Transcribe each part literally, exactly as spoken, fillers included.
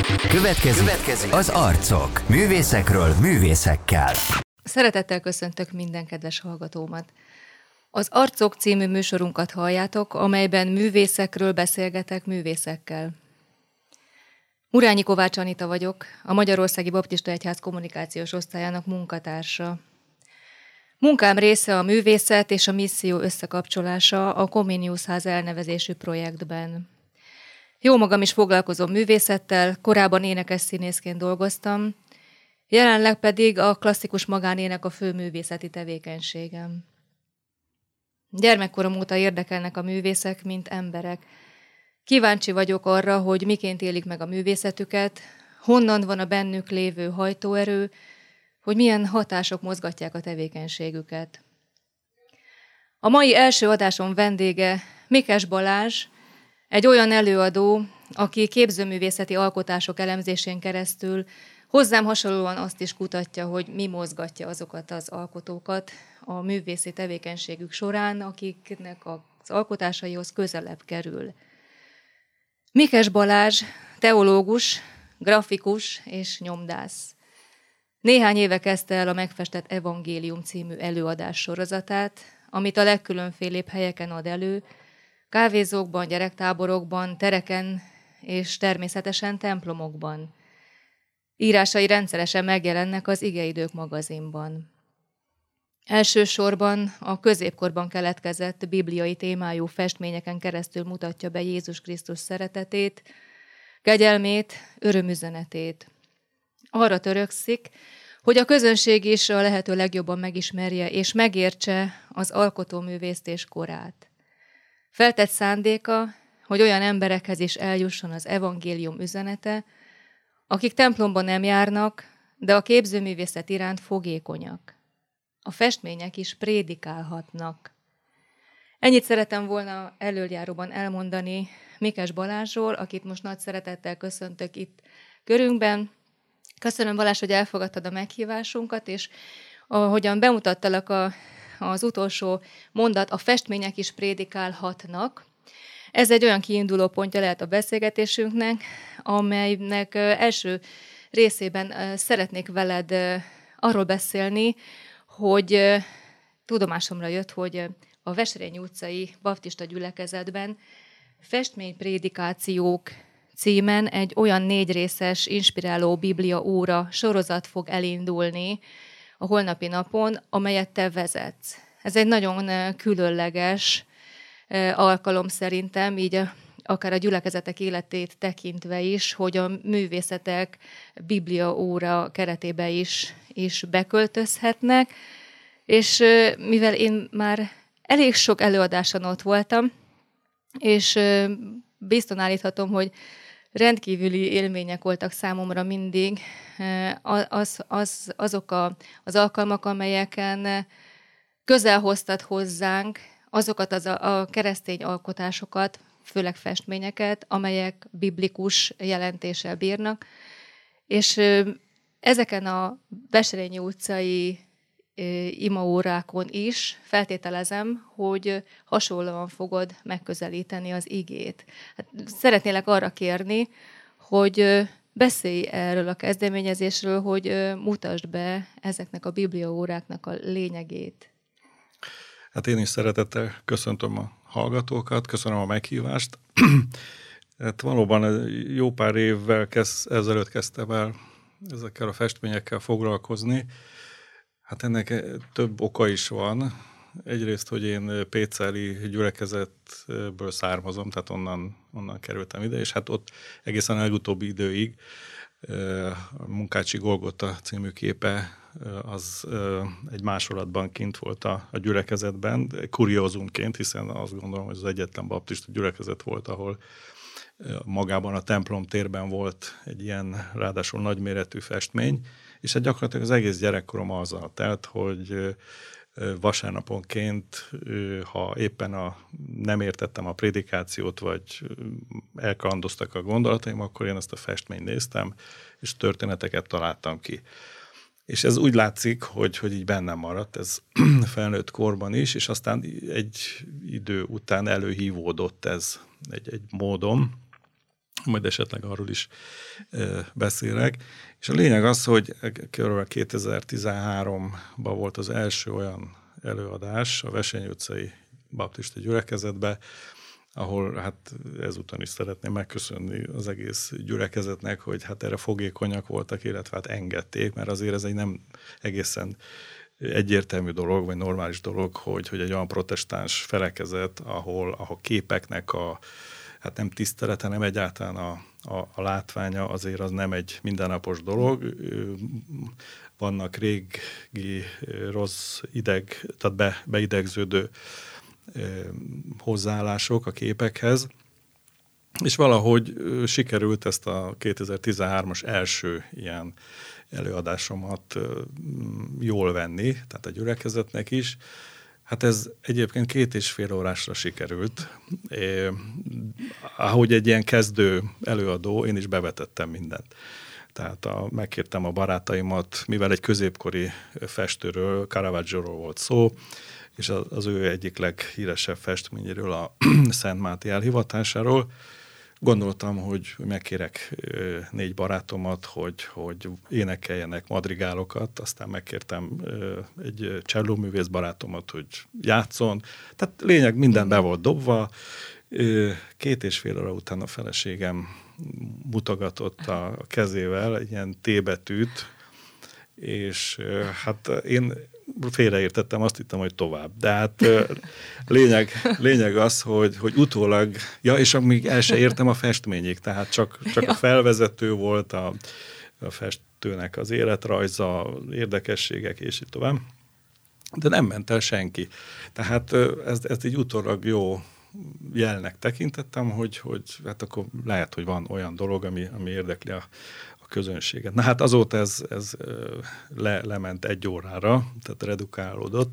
Következik, Következik az Arcok. Művészekről művészekkel. Szeretettel köszöntök minden kedves hallgatómat. Az Arcok című műsorunkat halljátok, amelyben művészekről beszélgetek művészekkel. Murányi Kovács Anita vagyok, a Magyarországi Baptista Egyház kommunikációs osztályának munkatársa. Munkám része a művészet és a misszió összekapcsolása a Comenius Ház elnevezésű projektben. Jó magam is foglalkozom művészettel, korábban énekes színészként dolgoztam, jelenleg pedig a klasszikus magánének a fő művészeti tevékenységem. Gyermekkorom óta érdekelnek a művészek, mint emberek. Kíváncsi vagyok arra, hogy miként élik meg a művészetüket, honnan van a bennük lévő hajtóerő, hogy milyen hatások mozgatják a tevékenységüket. A mai első adásom vendége Mikes Balázs, egy olyan előadó, aki képzőművészeti alkotások elemzésén keresztül hozzám hasonlóan azt is kutatja, hogy mi mozgatja azokat az alkotókat a művészi tevékenységük során, akiknek az alkotásaihoz közelebb kerül. Mikes Balázs teológus, grafikus és nyomdász. Néhány éve kezdte el a Megfestett Evangélium című előadás sorozatát, amit a legkülönfélébb helyeken ad elő, kávézókban, gyerektáborokban, tereken és természetesen templomokban. Írásai rendszeresen megjelennek az Igeidők magazinban. Elsősorban a középkorban keletkezett bibliai témájú festményeken keresztül mutatja be Jézus Krisztus szeretetét, kegyelmét, örömüzenetét. Arra törekszik, hogy a közönség is a lehető legjobban megismerje és megértse az alkotóművészt és korát. Feltett szándéka, hogy olyan emberekhez is eljusson az evangélium üzenete, akik templomban nem járnak, de a képzőművészet iránt fogékonyak. A festmények is prédikálhatnak. Ennyit szeretem volna elöljáróban elmondani Mikes Balázsról, akit most nagy szeretettel köszöntök itt körünkben. Köszönöm, Balázs, hogy elfogadtad a meghívásunkat, és ahogyan bemutattalak a, az utolsó mondat, a festmények is prédikálhatnak. Ez egy olyan kiinduló pontja lehet a beszélgetésünknek, amelynek első részében szeretnék veled arról beszélni, hogy tudomásomra jött, hogy a Veserényi utcai baptista gyülekezetben festményprédikációk címen egy olyan négy részes inspiráló biblia óra sorozat fog elindulni a holnapi napon, amelyet te vezetsz. Ez egy nagyon különleges alkalom szerintem, így akár a gyülekezetek életét tekintve is, hogy a művészetek biblia óra keretébe is, is beköltözhetnek, és mivel én már elég sok előadáson ott voltam, és bizton állíthatom, hogy rendkívüli élmények voltak számomra mindig az, az, azok a, az alkalmak, amelyeken közel hoztad hozzánk azokat az a, a keresztény alkotásokat, főleg festményeket, amelyek biblikus jelentéssel bírnak, és ezeken a Veserényi utcai imaórákon is feltételezem, hogy hasonlóan fogod megközelíteni az igét. Hát szeretnélek arra kérni, hogy beszélj erről a kezdeményezésről, hogy mutasd be ezeknek a bibliaóráknak a lényegét. Hát én is szeretettel köszöntöm a hallgatókat, köszönöm a meghívást. Hát valóban jó pár évvel kezd, ezelőtt kezdtem el ezekkel a festményekkel foglalkozni. Hát ennek több oka is van. Egyrészt, hogy én péceli gyülekezetből származom, tehát onnan, onnan kerültem ide, és hát ott egészen a legutóbbi időig a Munkácsi Golgota című képe az egy másolatban kint volt a, a gyülekezetben, kuriózumként, hiszen azt gondolom, hogy az egyetlen baptista gyülekezet volt, ahol magában a templom térben volt egy ilyen ráadásul nagyméretű festmény, és hát gyakorlatilag az egész gyerekkorom azzal telt, hogy vasárnaponként, ha éppen a, nem értettem a prédikációt, vagy elkalandoztak a gondolataim, akkor én ezt a festményt néztem, és történeteket találtam ki. És ez úgy látszik, hogy, hogy így bennem maradt, ez felnőtt korban is, és aztán egy idő után előhívódott ez egy, egy módon, majd esetleg arról is beszélek. És a lényeg az, hogy kb. kétezer-tizenháromban volt az első olyan előadás a Vesény utcai baptista gyülekezetbe, ahol hát ezúton is szeretném megköszönni az egész gyülekezetnek, hogy hát erre fogékonyak voltak, illetve hát engedték, mert azért ez egy nem egészen egyértelmű dolog, vagy normális dolog, hogy, hogy egy olyan protestáns felekezet, ahol, ahol képeknek a hát nem tisztelete, nem egyáltalán a, a, a látványa, azért az nem egy mindennapos dolog. Vannak régi rossz ideg, tehát be, beidegződő hozzáállások a képekhez, és valahogy sikerült ezt a kétezer-tizenhármas első ilyen előadásomat jól venni, tehát a gyülekezetnek is. Hát ez egyébként két és fél órásra sikerült. É, ahogy egy ilyen kezdő előadó, én is bevetettem mindent. Tehát a, megkértem a barátaimat, mivel egy középkori festőről, Caravaggio-ról volt szó, és az, az ő egyik leghíresebb festményéről, a Szent Máté elhivatásáról. Gondoltam, hogy megkérek négy barátomat, hogy, hogy énekeljenek madrigálokat, aztán megkértem egy csellóművész barátomat, hogy játszon. Tehát lényeg minden be volt dobva. Két és fél óra után a feleségem mutogatott a kezével egy ilyen T betűt, és hát én félreértettem, azt hittem, hogy tovább. De hát lényeg, lényeg az, hogy, hogy utólag, ja, és amíg el se értem a festményig, tehát csak, csak ja. a felvezető volt a, a festőnek az életrajza, érdekességek, és így tovább. De nem ment el senki. Tehát ezt, ezt így utólag jó jelnek tekintettem, hogy, hogy hát akkor lehet, hogy van olyan dolog, ami, ami érdekli a közönséget. Na hát azóta ez, ez le, lement egy órára, tehát redukálódott.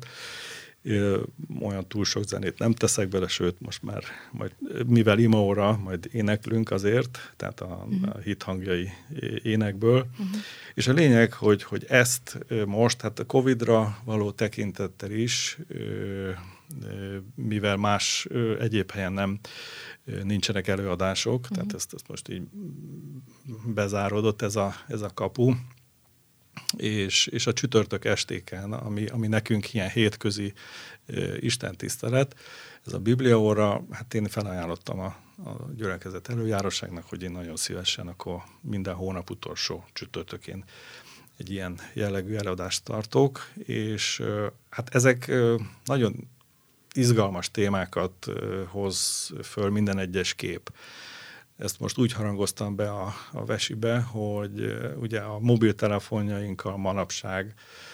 Olyan túl sok zenét nem teszek bele, sőt most már majd, mivel imaóra, majd éneklünk azért, tehát a, uh-huh. a hithangjai énekből. Uh-huh. És a lényeg, hogy, hogy ezt most, hát a Covidra való tekintettel is, mivel más egyéb helyen nem nincsenek előadások, uh-huh. tehát ezt, ezt most így bezáródott ez a, ez a kapu, és, és a csütörtök estéken, ami, ami nekünk ilyen hétközi e, istentisztelet, ez a bibliaóra, hát én felajánlottam a, a gyülekezet előjáróságnak, hogy én nagyon szívesen akkor minden hónap utolsó csütörtökén egy ilyen jellegű előadást tartok, és e, hát ezek e, nagyon izgalmas témákat hoz föl minden egyes kép. Ezt most úgy harangoztam be a, a Vesibe, hogy ugye a mobiltelefonjainkkal manapság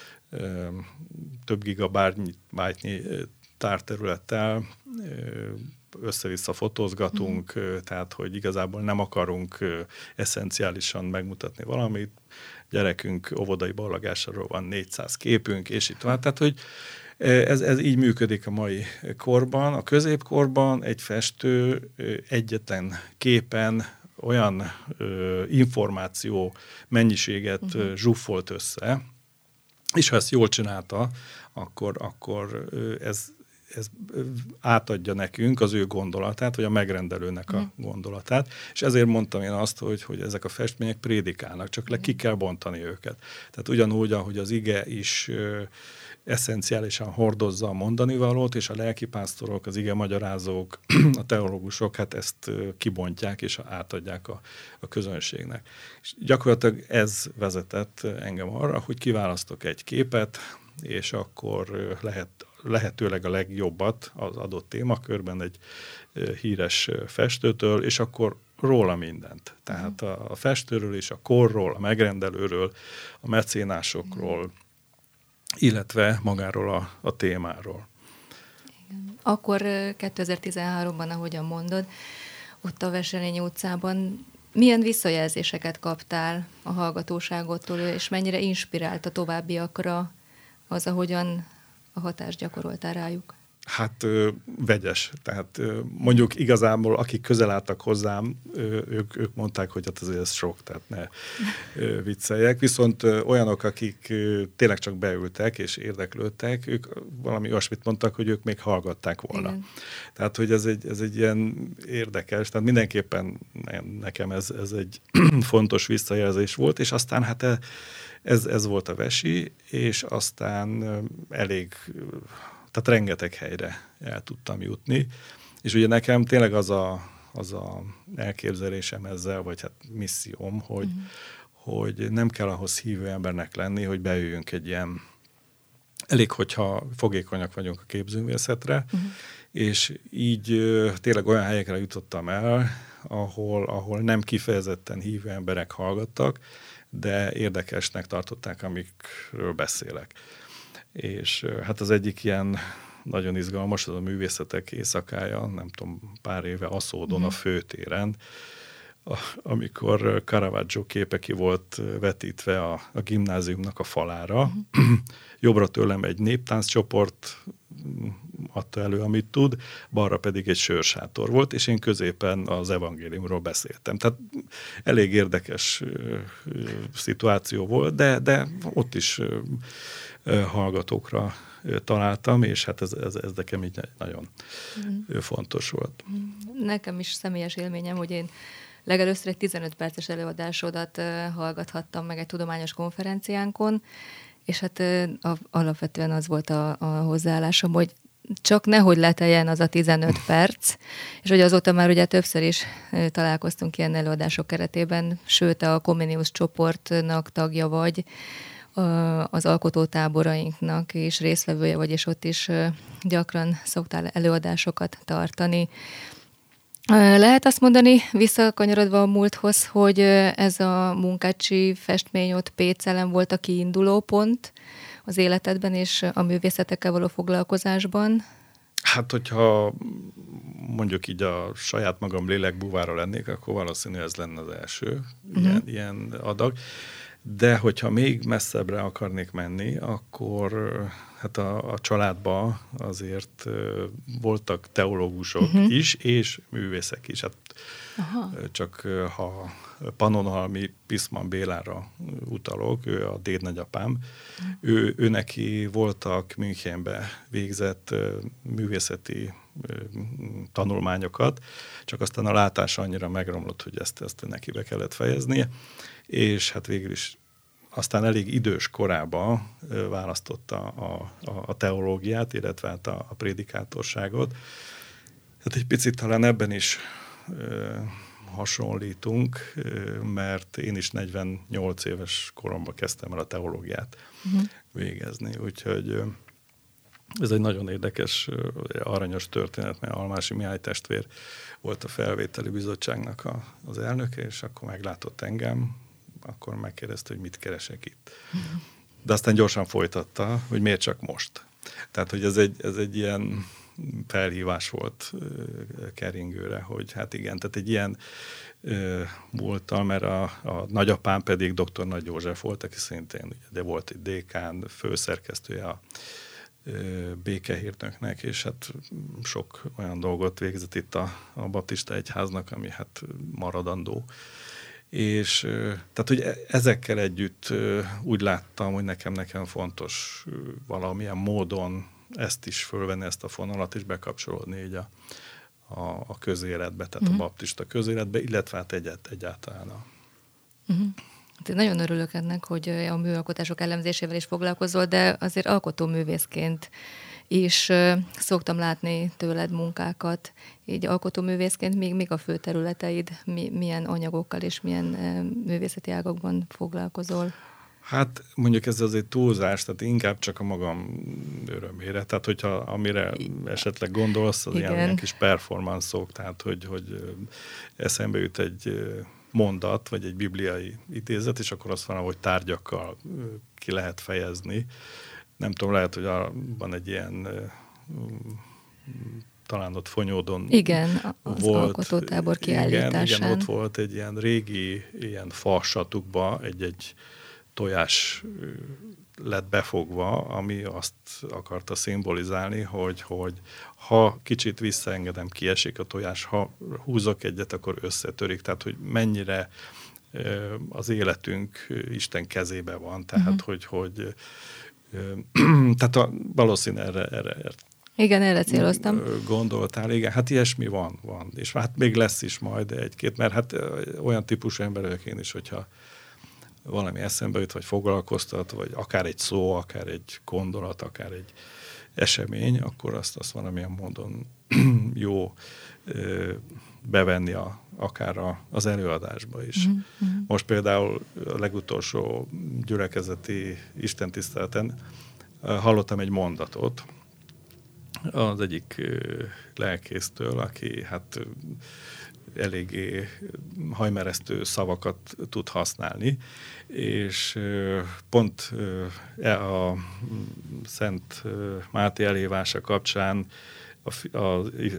több gigabájtnyi tárterülettel össze-vissza fotózgatunk, mm. tehát hogy igazából nem akarunk eszenciálisan megmutatni valamit. Gyerekünk óvodai ballagásáról van négyszáz képünk, és itt van. Tehát, hogy Ez, ez így működik a mai korban. A középkorban egy festő egyetlen képen olyan ö, információ mennyiséget uh-huh. zsuffolt össze, és ha ezt jól csinálta, akkor, akkor ez, ez átadja nekünk az ő gondolatát, vagy a megrendelőnek uh-huh. a gondolatát. És ezért mondtam én azt, hogy, hogy ezek a festmények prédikálnak, csak uh-huh. le ki kell bontani őket. Tehát ugyanúgy, ahogy az ige is ö, eszenciálisan hordozza a mondani valót, és a lelkipásztorok, az igemagyarázók, a teológusok hát ezt kibontják és átadják a, a közönségnek. És gyakorlatilag ez vezetett engem arra, hogy kiválasztok egy képet, és akkor lehet, lehetőleg a legjobbat az adott témakörben egy híres festőtől, és akkor róla mindent. Tehát a, a festőről és a korról, a megrendelőről, a mecénásokról, illetve magáról a, a témáról. Igen. Akkor kétezer-tizenháromban, ahogyan mondod, ott a Veselényi utcában milyen visszajelzéseket kaptál a hallgatóságottól, és mennyire inspirált a továbbiakra az, ahogyan a hatást gyakoroltál rájuk? Hát ö, vegyes. Tehát ö, mondjuk igazából, akik közel álltak hozzám, ö, ők, ők mondták, hogy hát azért ez sok, tehát ne ö, vicceljek. Viszont ö, olyanok, akik ö, tényleg csak beültek és érdeklődtek, ők valami olyasmit mondtak, hogy ők még hallgatták volna. Igen. Tehát, hogy ez egy, ez egy ilyen érdekes, tehát mindenképpen nekem ez, ez egy fontos visszajelzés volt, és aztán hát ez, ez volt a Vesi, és aztán elég... Tehát rengeteg helyre el tudtam jutni. És ugye nekem tényleg az a, az a elképzelésem ezzel, vagy hát misszióm, hogy, uh-huh. hogy nem kell ahhoz hívő embernek lenni, hogy beüljünk egy ilyen, elég, hogyha fogékonyak vagyunk a képzőművészetre, uh-huh. és így tényleg olyan helyekre jutottam el, ahol, ahol nem kifejezetten hívő emberek hallgattak, de érdekesnek tartották, amikről beszélek. És hát az egyik ilyen nagyon izgalmas, az a Művészetek Éjszakája, nem tudom, pár éve Aszódon mm. a főtéren, a, amikor Caravaggio képe ki volt vetítve a, a gimnáziumnak a falára. Mm. Jobbra tőlem egy néptánccsoport adta elő, amit tud, balra pedig egy sörsátor volt, és én középen az evangéliumról beszéltem. Tehát elég érdekes ö, ö, szituáció volt, de, de ott is ö, ö, hallgatókra ö, találtam, és hát ez, ez, ez nekem így nagyon mm. fontos volt. Nekem is személyes élményem, hogy én legelőször egy tizenöt perces előadásodat ö, hallgathattam meg egy tudományos konferenciánkon, és hát ö, a, alapvetően az volt a, a hozzáállásom, hogy csak nehogy leteljen az a tizenöt perc, és hogy azóta már ugye többször is találkoztunk ilyen előadások keretében, sőt a Comenius csoportnak tagja vagy, az alkotótáborainknak is résztvevője vagy, és ott is gyakran szoktál előadásokat tartani. Lehet azt mondani, visszakanyarodva a múlthoz, hogy ez a Munkácsi festmény ott Pécelen volt a kiinduló pont az életedben és a művészetekkel való foglalkozásban? Hát, hogyha mondjuk így a saját magam lélekbúvára lennék, akkor valószínű ez lenne az első uh-huh. ilyen, ilyen adag. De hogyha még messzebbre akarnék menni, akkor hát a, a családban azért voltak teológusok uh-huh. is, és művészek is. Hát Aha. csak ha Pannonhalmi Piszman Bélára utalok, ő a dédnagyapám, uh-huh. ő, ő neki voltak Münchenbe végzett művészeti tanulmányokat, csak aztán a látása annyira megromlott, hogy ezt, ezt neki be kellett fejeznie, és hát végül is aztán elég idős korában választotta a, a, a teológiát, illetve hát a, a prédikátorságot. Hát egy picit talán ebben is ö, hasonlítunk, ö, mert én is negyvennyolc éves koromban kezdtem el a teológiát uh-huh. végezni, úgyhogy ö, ez egy nagyon érdekes, ö, aranyos történet, mert Almási Mihály testvér volt a felvételi bizottságnak a, az elnöke, és akkor meglátott engem, akkor megkérdezte, hogy mit keresek itt. De aztán gyorsan folytatta, hogy miért csak most. Tehát, hogy ez egy, ez egy ilyen felhívás volt keringőre, hogy hát igen, tehát egy ilyen múlttal, mert a, a nagyapám pedig doktor Nagy József volt, aki szintén, de volt egy dékán, főszerkesztője a békehírnöknek, és hát sok olyan dolgot végzett itt a, a baptista egyháznak, ami hát maradandó. És tehát, hogy ezekkel együtt úgy láttam, hogy nekem, nekem fontos valamilyen módon ezt is fölvenni, ezt a fonalat, és bekapcsolódni így a, a, a közéletbe, tehát uh-huh. a baptista közéletbe, illetve hát egyet, egyáltalán a... Uh-huh. Hát én nagyon örülök ennek, hogy a műalkotások elemzésével is foglalkozol, de azért alkotóművészként is szoktam látni tőled munkákat. Így alkotóművészként még, még a fő területeid, mi, milyen anyagokkal és milyen művészeti ágakban foglalkozol? Hát mondjuk ez azért túlzás, tehát inkább csak a magam örömére. Tehát hogyha amire esetleg gondolsz, az ilyen, ilyen kis performance-ok, tehát hogy, hogy eszembe jut egy mondat, vagy egy bibliai idézet, és akkor azt valahogy tárgyakkal ki lehet fejezni. Nem tudom, lehet, hogy van egy ilyen talán ott Fonyódon igen, az volt, alkotótábor kiállításán. Igen, igen, ott volt egy ilyen régi, ilyen fa satukba egy-egy tojás lett befogva, ami azt akarta szimbolizálni, hogy, hogy ha kicsit visszaengedem, kiesik a tojás, ha húzok egyet, akkor összetörik. Tehát, hogy mennyire az életünk Isten kezébe van. Tehát, uh-huh. hogy, hogy tehát a, valószínű erre, erre igen, erre céloztam. Gondoltál, igen, hát ilyesmi van, van. És hát még lesz is majd egy-két, mert hát olyan típusú ember vagyok én is, hogyha valami eszembe jut, vagy foglalkoztat, vagy akár egy szó, akár egy gondolat, akár egy esemény, akkor azt, azt valamilyen módon jó bevenni a, akár a, az előadásba is. Mm-hmm. Most például a legutolsó gyülekezeti istentiszteleten hallottam egy mondatot az egyik lelkésztől, aki hát eléggé hajmeresztő szavakat tud használni, és pont a Szent Máté elhívása kapcsán a, a,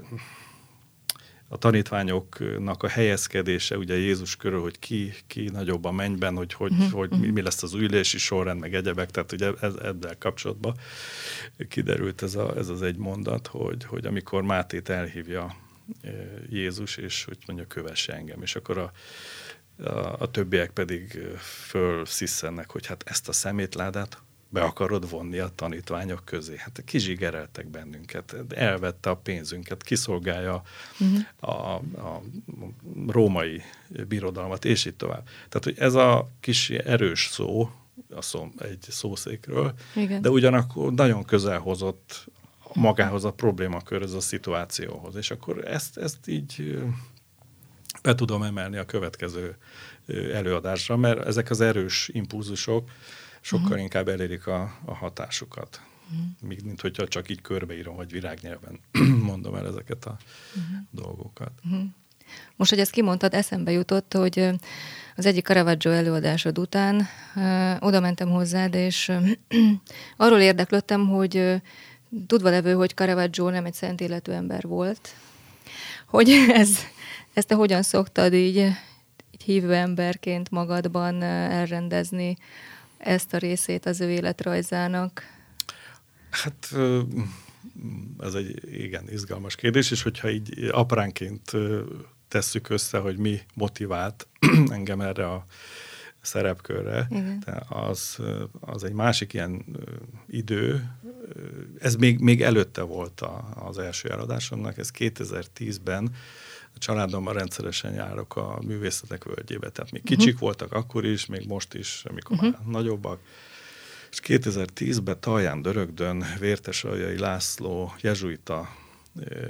a tanítványoknak a helyezkedése ugye Jézus körül, hogy ki, ki nagyobb a mennyben, hogy, hogy, uh-huh. hogy mi, mi lesz az ülési sorrend, meg egyebek, tehát ugye ez, ezzel kapcsolatban kiderült ez, a, ez az egy mondat, hogy, hogy amikor Mátét elhívja Jézus, és hogy mondja, kövesse engem, és akkor a, a, a többiek pedig fölszisszennek, hogy hát ezt a szemétládát be akarod vonni a tanítványok közé. Hát kizsigereltek bennünket, elvette a pénzünket, kiszolgálja uh-huh. a, a római birodalmat, és így tovább. Tehát, hogy ez a kis erős szó, a szó egy szószékről, igen. de ugyanakkor nagyon közel hozott magához a problémakörhöz, a szituációhoz. És akkor ezt, ezt így be tudom emelni a következő előadásra, mert ezek az erős impulzusok sokkal uh-huh. inkább elérik a, a hatásukat. Uh-huh. Míg, mint hogyha csak így körbeírom, vagy virágnyelven mondom el ezeket a uh-huh. dolgokat. Uh-huh. Most, hogy ezt kimondtad, eszembe jutott, hogy az egyik Caravaggio előadásod után uh, oda mentem hozzád, és uh, arról érdeklődtem, hogy uh, tudva levő, hogy Caravaggio nem egy szent életű ember volt, hogy ez, ezt te hogyan szoktad így, így hívő emberként magadban elrendezni ezt a részét az ő életrajzának? Hát ez egy igen izgalmas kérdés, és hogyha így apránként tesszük össze, hogy mi motivált engem erre a szerepkörre, az, az egy másik ilyen idő. Ez még, még előtte volt a, az első eladásomnak, ez kétezer-tízben a családommal rendszeresen járok a művészetek völgyébe, tehát még kicsik uh-huh. voltak akkor is, még most is, amikor uh-huh. már nagyobbak. És kétezer-tízben Talján Dörögdön Vértesaljai László jezsuita eh,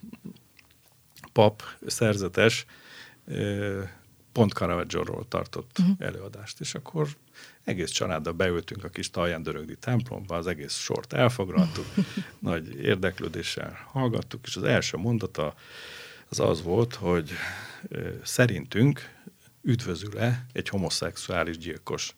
pap, szerzetes, eh, pont Caravaggióról tartott uh-huh. előadást, és akkor egész családdal beültünk a kis Talján Dörögdi templomba, az egész sort elfoglaltuk, nagy érdeklődéssel hallgattuk, és az első mondata az az volt, hogy e, szerintünk üdvözül-e egy homoszexuális gyilkos.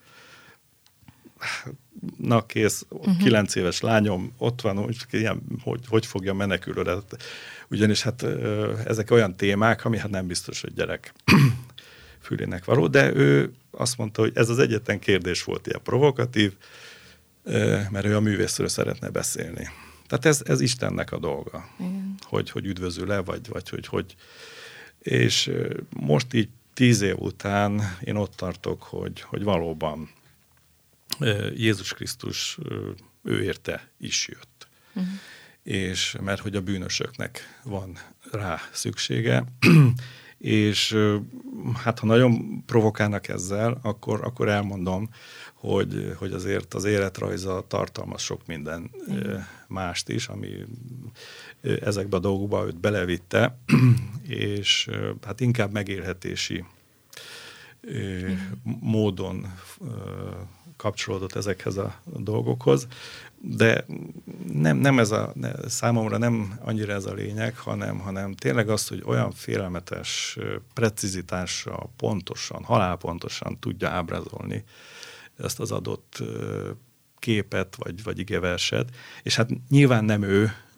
Na kész, uh-huh. kilenc éves lányom ott van, hogy, ilyen, hogy, hogy fogja menekülni. Ugyanis hát ezek olyan témák, ami hát nem biztos, hogy gyerek fülének való, de ő azt mondta, hogy ez az egyetlen kérdés volt ilyen provokatív, mert ő a művészről szeretne beszélni. Tehát ez, ez Istennek a dolga, igen. hogy, hogy üdvözül-e, vagy, vagy hogy, hogy... És most így tíz év után én ott tartok, hogy, hogy valóban Jézus Krisztus ő érte is jött. Uh-huh. És mert hogy a bűnösöknek van rá szüksége, és hát ha nagyon provokálnak ezzel, akkor, akkor elmondom, hogy, hogy azért az életrajza tartalmaz sok minden mm. mást is, ami ezekbe a dolgokba őt belevitte, és hát inkább megélhetési mm. módon kapcsolódott ezekhez a dolgokhoz, de nem, nem ez a, számomra nem annyira ez a lényeg, hanem, hanem tényleg az, hogy olyan félelmetes precizitással, pontosan, halálpontosan tudja ábrázolni ezt az adott képet, vagy, vagy igeverset, és hát nyilván nem ő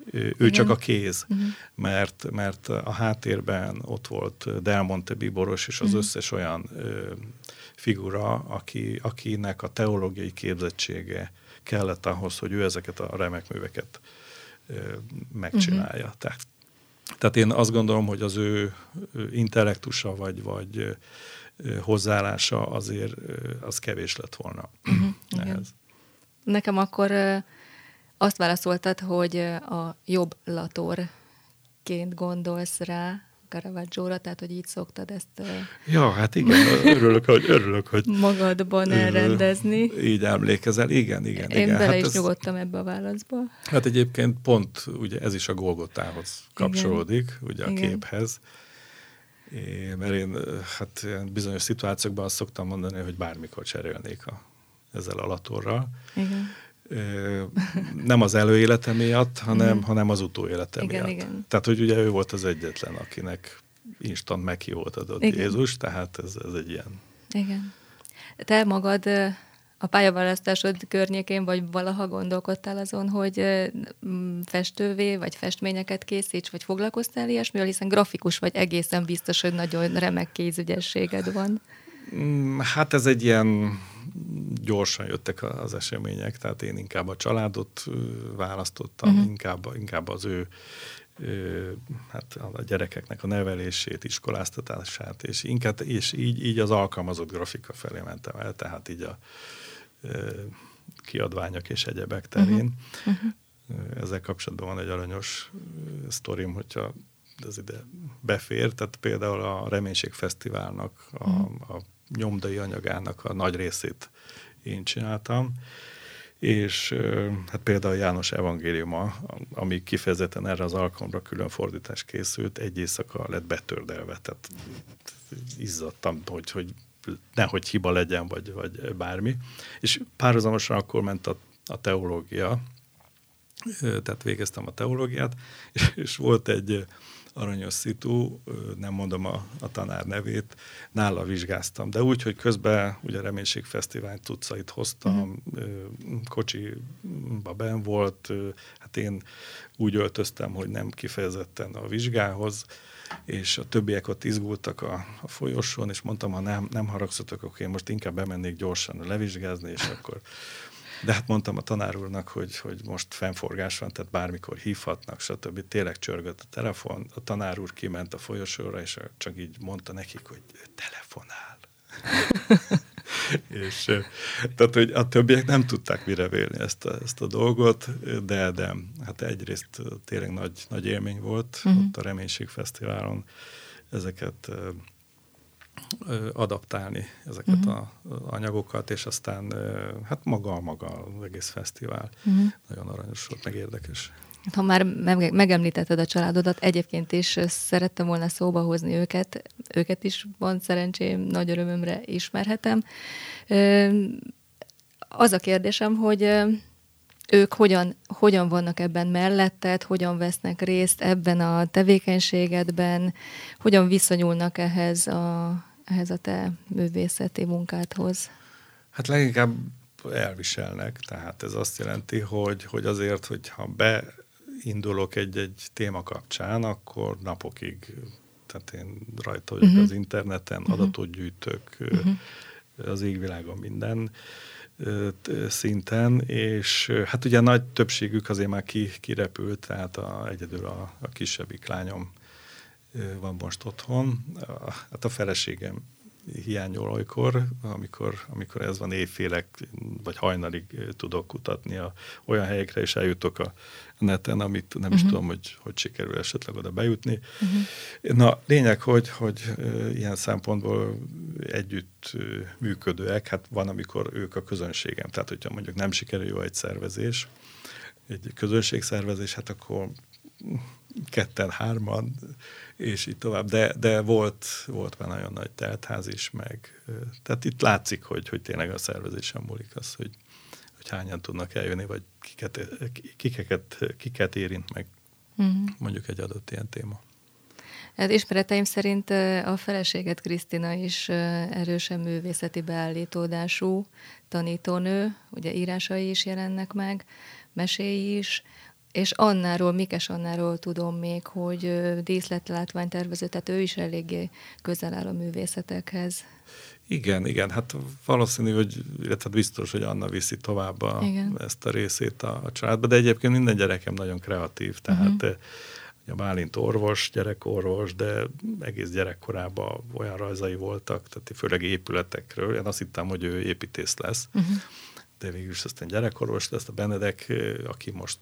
ő Igen. csak a kéz, uh-huh. mert, mert a háttérben ott volt Del Monte bíboros és az uh-huh. összes olyan ö, figura, aki, akinek a teológiai képzettsége kellett ahhoz, hogy ő ezeket a remek műveket ö, megcsinálja. Uh-huh. Tehát, tehát én azt gondolom, hogy az ő intellektusa vagy, vagy ö, hozzáállása azért ö, az kevés lett volna uh-huh. ehhez. Nekem akkor ö, azt válaszoltad, hogy a jobb latorként gondolsz rá Caravaggio-ra, tehát hogy így szoktad ezt ja, hát igen, örülök, hogy, örülök, hogy magadban elrendezni. Így emlékezel, igen, igen. Én igen. bele hát is ez, nyugodtam ebbe a válaszba. Hát egyébként pont ugye ez is a Golgotához kapcsolódik, igen. ugye a igen. képhez. É, mert én hát bizonyos szituációkban azt szoktam mondani, hogy bármikor cserélnék a, ezzel a latorral. Igen. Nem az előélete miatt, hanem, mm. hanem az utóélete igen, miatt. Igen. Tehát, hogy ugye ő volt az egyetlen, akinek instant meghívót adott igen. Jézus, tehát ez, ez egy ilyen... Igen. Te magad a pályaválasztásod környékén, vagy valaha gondolkodtál azon, hogy festővé, vagy festményeket készíts, vagy foglalkoztál ilyesmivel, hiszen grafikus vagy, egészen biztos, hogy nagyon remek kézügyességed van. Hát ez egy ilyen gyorsan jöttek az események, tehát én inkább a családot választottam, uh-huh. inkább, inkább az ő hát a gyerekeknek a nevelését, iskoláztatását, és, inkább, és így, így az alkalmazott grafika felé mentem el, tehát így a kiadványok és egyebek terén. Uh-huh. Ezzel kapcsolatban van egy aranyos sztorim, hogyha ez ide befér, tehát például a Reménység Fesztiválnak a, uh-huh. a nyomdai anyagának a nagy részét én csináltam, és hát például János evangéliuma, ami kifejezetten erre az alkalomra külön fordítás készült, egy éjszaka lett betördelve, tehát izzadtam, hogy, hogy nehogy hiba legyen, vagy, vagy bármi. És párhuzamosan akkor ment a, a teológia, tehát végeztem a teológiát, és, és volt egy aranyos szitu, nem mondom a, a tanár nevét, nála vizsgáztam, de úgy, hogy közben ugye Reménység Fesztivál tucait hoztam, uh-huh. kocsiba benn volt, hát én úgy öltöztem, hogy nem kifejezetten a vizsgához, és a többiek ott izgultak a, a folyosón, és mondtam, ha nem, nem haragszatok, akkor én most inkább bemennék gyorsan levizsgázni, és akkor... De hát mondtam a tanár úrnak, hogy, hogy most fennforgás van, tehát bármikor hívhatnak, stb. Tényleg csörgött a telefon, a tanár úr kiment a folyosóra, és csak így mondta nekik, hogy telefonál. és tehát, hogy a többiek nem tudták mire vélni ezt a, ezt a dolgot, de, de hát egyrészt tényleg nagy, nagy élmény volt uh-huh. ott a Reménység Fesztiválon ezeket adaptálni, ezeket uh-huh. az anyagokat, és aztán hát maga, maga az egész fesztivál. Uh-huh. Nagyon aranyos volt, meg érdekes. Ha már megemlítetted a családodat, egyébként is szerettem volna szóba hozni őket, őket is van szerencsém, nagy örömömre ismerhetem. Az a kérdésem, hogy ők hogyan, hogyan vannak ebben melletted, hogyan vesznek részt ebben a tevékenységedben, hogyan viszonyulnak ehhez a, ehhez a te művészeti munkádhoz? Hát leginkább elviselnek, tehát ez azt jelenti, hogy, hogy azért, hogyha beindulok egy-egy téma kapcsán, akkor napokig, tehát én rajta vagyok uh-huh. az interneten, uh-huh. adatot gyűjtök, uh-huh. az égvilágon minden szinten, és hát ugye nagy többségük azért már ki, kirepült, tehát a, egyedül a, a kisebbik lányom van most otthon. A, hát a feleségem hiányol olykor, amikor, amikor ez van évfélek, vagy hajnalig tudok kutatni a, olyan helyekre, és eljutok a neten, amit nem uh-huh. is tudom, hogy, hogy sikerül esetleg oda bejutni. Uh-huh. Na, lényeg, hogy, hogy ilyen szempontból együtt működőek, hát van, amikor ők a közönségem, tehát hogyha mondjuk nem sikerül jó egy szervezés, egy közönségszervezés, hát akkor ketten, hárman, és így tovább. De, de volt, volt már nagyon nagy teltház is, meg tehát itt látszik, hogy, hogy tényleg a szervezésen múlik az, hogy, hogy hányan tudnak eljönni, vagy kiket, kiket, kiket érint meg uh-huh. mondjuk egy adott ilyen téma. Hát ismereteim szerint a feleséget Krisztina is erősen művészeti beállítódású tanítónő, ugye írásai is jelennek meg, meséi is. és Annáról, Mikes Annáról tudom még, hogy díszletlátványtervező, tehát ő is eléggé közel áll a művészetekhez. Igen, igen, hát valószínű, hogy, illetve biztos, hogy Anna viszi tovább a, ezt a részét a, a családba, de egyébként minden gyerekem nagyon kreatív, tehát uh-huh. a Bálint orvos, gyerekorvos, de egész gyerekkorában olyan rajzai voltak, tehát főleg épületekről. Én azt hittem, hogy ő építész lesz, uh-huh. de végül is aztán gyerekorvos lesz. A Benedek, aki most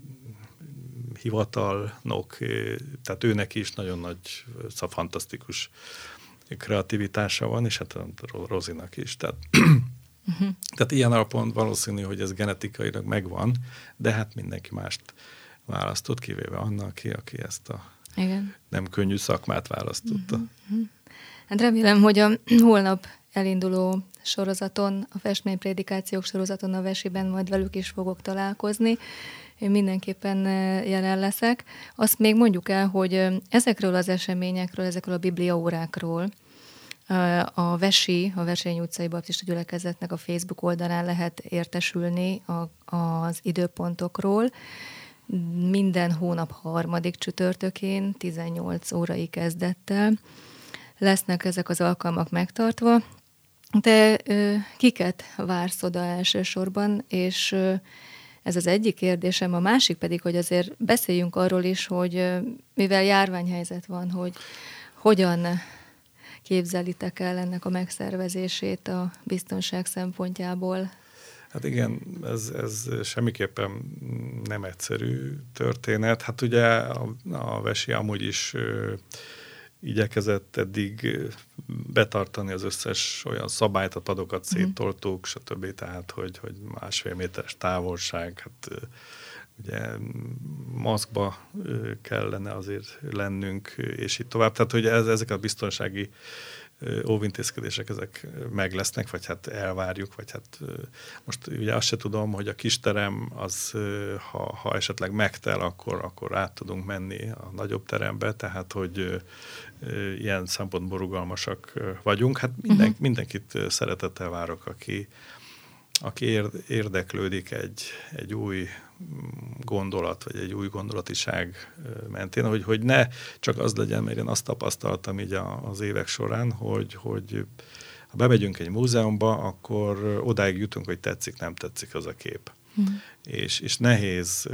hivatalnok, tehát őnek is nagyon nagy, szóval fantasztikus kreativitása van, és hát a Rozinak is. Tehát, uh-huh. tehát ilyen alapon valószínű, hogy ez genetikailag megvan, de hát mindenki mást választott, kivéve Anna, aki, aki ezt a Igen. nem könnyű szakmát választotta. Uh-huh. Hát remélem, hogy a holnap elinduló sorozaton, a festményprédikációk sorozaton a Vesiben majd velük is fogok találkozni. Én mindenképpen jelen leszek. Azt még mondjuk el, hogy ezekről az eseményekről, ezekről a bibliaórákról a Vesi, a Verseny utcai baptista gyülekezetnek a Facebook oldalán lehet értesülni a, az időpontokról. Minden hónap harmadik csütörtökén, tizennyolc órai kezdettel lesznek ezek az alkalmak megtartva. De ö, kiket vársz oda elsősorban, és ö, ez az egyik kérdésem, a másik pedig, hogy azért beszéljünk arról is, hogy ö, mivel járványhelyzet van, hogy hogyan képzelitek el ennek a megszervezését a biztonság szempontjából? Hát igen, ez, ez semmiképpen nem egyszerű történet. Hát ugye a, a Vesi amúgy is ö, igyekezett eddig betartani az összes olyan szabályt, a padokat széttoltuk, stb. Tehát, hogy, hogy másfél méteres távolság, hát ugye maszkba kellene azért lennünk, és így tovább. Tehát, hogy ez, ezek a biztonsági óvintézkedések, ezek meg lesznek, vagy hát elvárjuk, vagy hát most ugye azt se tudom, hogy a kisterem az, ha, ha esetleg megtel, akkor, akkor át tudunk menni a nagyobb terembe, tehát, hogy ilyen szempontból rugalmasak vagyunk. Hát minden, uh-huh. mindenkit szeretettel várok, aki, aki érdeklődik egy, egy új gondolat, vagy egy új gondolatiság mentén, hogy, hogy ne csak az legyen, mert én azt tapasztaltam így az évek során, hogy, hogy ha bemegyünk egy múzeumba, akkor odáig jutunk, hogy tetszik, nem tetszik az a kép. Hmm. És, és nehéz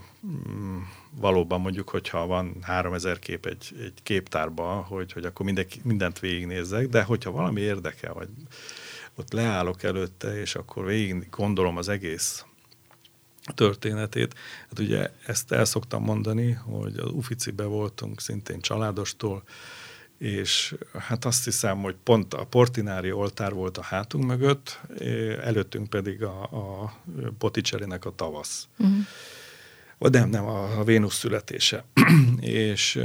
valóban mondjuk, hogyha van háromezer kép egy, egy képtárban, hogy, hogy akkor minden, mindent végignézzek, de hogyha valami érdekel, vagy ott leállok előtte, és akkor végig gondolom az egész történetét. Hát ugye ezt el szoktam mondani, hogy az Ufficibe voltunk szintén családostól, és hát azt hiszem, hogy pont a Portinári oltár volt a hátunk mögött, előttünk pedig a, a Botticellinek a Tavasz. Uh-huh. Vagy nem, nem, a, a Vénusz születése. és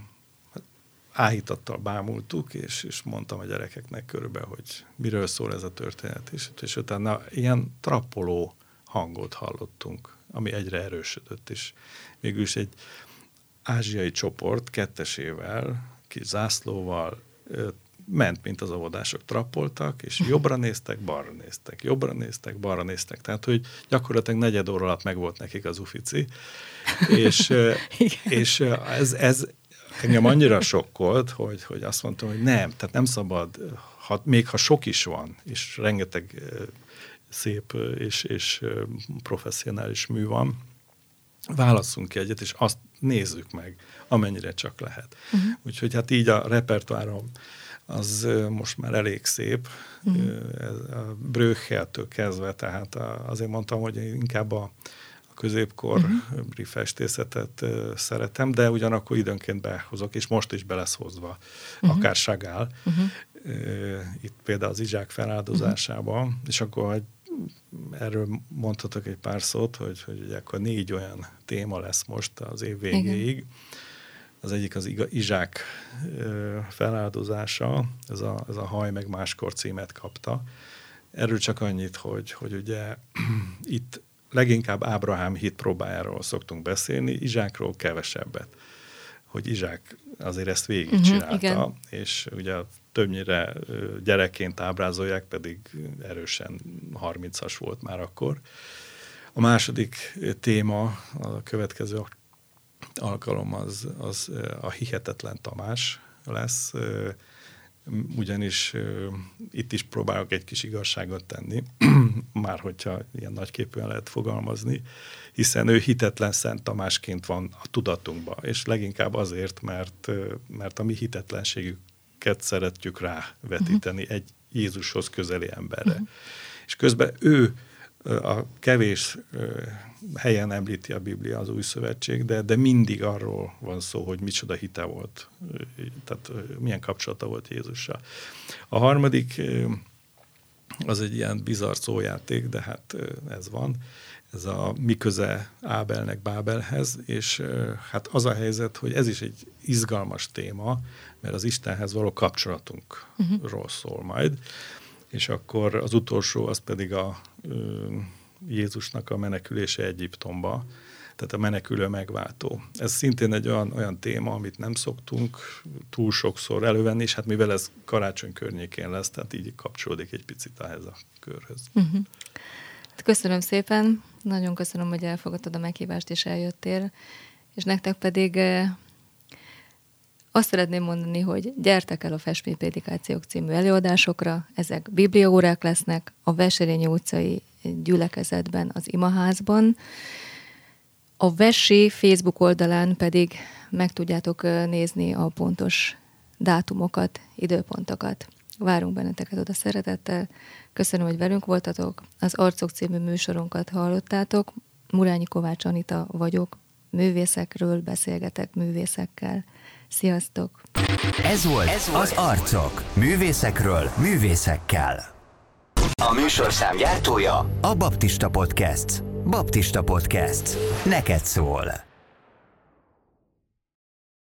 áhítattal bámultuk, és, és mondtam a gyerekeknek körülbelül, hogy miről szól ez a történet. És, és utána ilyen trappoló hangot hallottunk, ami egyre erősödött, és végülis egy ázsiai csoport kettesével, kis zászlóval ment, mint az óvodások, trappoltak, és jobbra néztek, balra néztek, jobbra néztek, balra néztek. Tehát, hogy gyakorlatilag negyed óra alatt meg volt nekik az Uffici, és, és ez, ez engem annyira sokkolt, hogy, hogy azt mondtam, hogy nem, tehát nem szabad, ha, még ha sok is van, és rengeteg szép és, és professzionális mű van, válasszunk ki egyet, és azt nézzük meg, amennyire csak lehet. Uh-huh. Úgyhogy hát így a repertoárom az most már elég szép, uh-huh. a Bröcheltől kezdve, tehát azért mondtam, hogy inkább a középkori uh-huh. festészetet szeretem, de ugyanakkor időnként behozok, és most is be lesz hozva, uh-huh. akár Chagall, uh-huh. itt például az Izsák feláldozásában, uh-huh. és akkor erről mondhatok egy pár szót, hogy, hogy ugye akkor négy olyan téma lesz most az év végéig. Igen. Az egyik az Izsák feláldozása, ez a, ez a Haj meg máskor címet kapta. Erről csak annyit, hogy, hogy ugye itt leginkább Ábrahám hit próbájáról szoktunk beszélni, Izsákról kevesebbet. Hogy Izsák azért ezt végigcsinálta, uh-huh, és ugye többnyire gyerekként ábrázolják, pedig erősen harmincas volt már akkor. A második téma, a következő alkalom az, az a Hihetetlen Tamás lesz, ugyanis itt is próbálok egy kis igazságot tenni, már hogyha ilyen nagyképűen lehet fogalmazni, hiszen ő hitetlen Szent Tamásként van a tudatunkban, és leginkább azért, mert, mert a mi hitetlenségüket szeretjük rávetíteni uh-huh. egy Jézushoz közeli emberre. Uh-huh. És közben ő a kevés helyen említi a Biblia, az Új Szövetség, de, de mindig arról van szó, hogy micsoda hite volt, tehát milyen kapcsolata volt Jézussal. A harmadik az egy ilyen bizarr szójáték, de hát ez van. Ez a mi köze Ábelnek Bábelhez, és hát az a helyzet, hogy ez is egy izgalmas téma, mert az Istenhez való kapcsolatunkról uh-huh. szól majd. És akkor az utolsó, az pedig a ö, Jézusnak a menekülése Egyiptomba, tehát a menekülő megváltó. Ez szintén egy olyan, olyan téma, amit nem szoktunk túl sokszor elővenni, és hát mivel ez karácsony környékén lesz, tehát így kapcsolódik egy picit ehhez a körhöz. Uh-huh. Köszönöm szépen, nagyon köszönöm, hogy elfogadtad a meghívást és eljöttél, és nektek pedig azt szeretném mondani, hogy gyertek el a Festményprédikációk című előadásokra, ezek bibliaórák lesznek a Veselényi utcai gyülekezetben, az imaházban. A Vesi Facebook oldalán pedig meg tudjátok nézni a pontos dátumokat, időpontokat. Várunk benneteket oda szeretettel. Köszönöm, hogy velünk voltatok. Az Arcok című műsorunkat hallottátok. Murányi Kovács Anita vagyok. Művészekről beszélgetek művészekkel. Sziasztok! Ez volt, Ez volt az Arcok. Művészekről művészekkel. A műsorszám gyártója a Baptista Podcast. Baptista Podcast. Neked szól.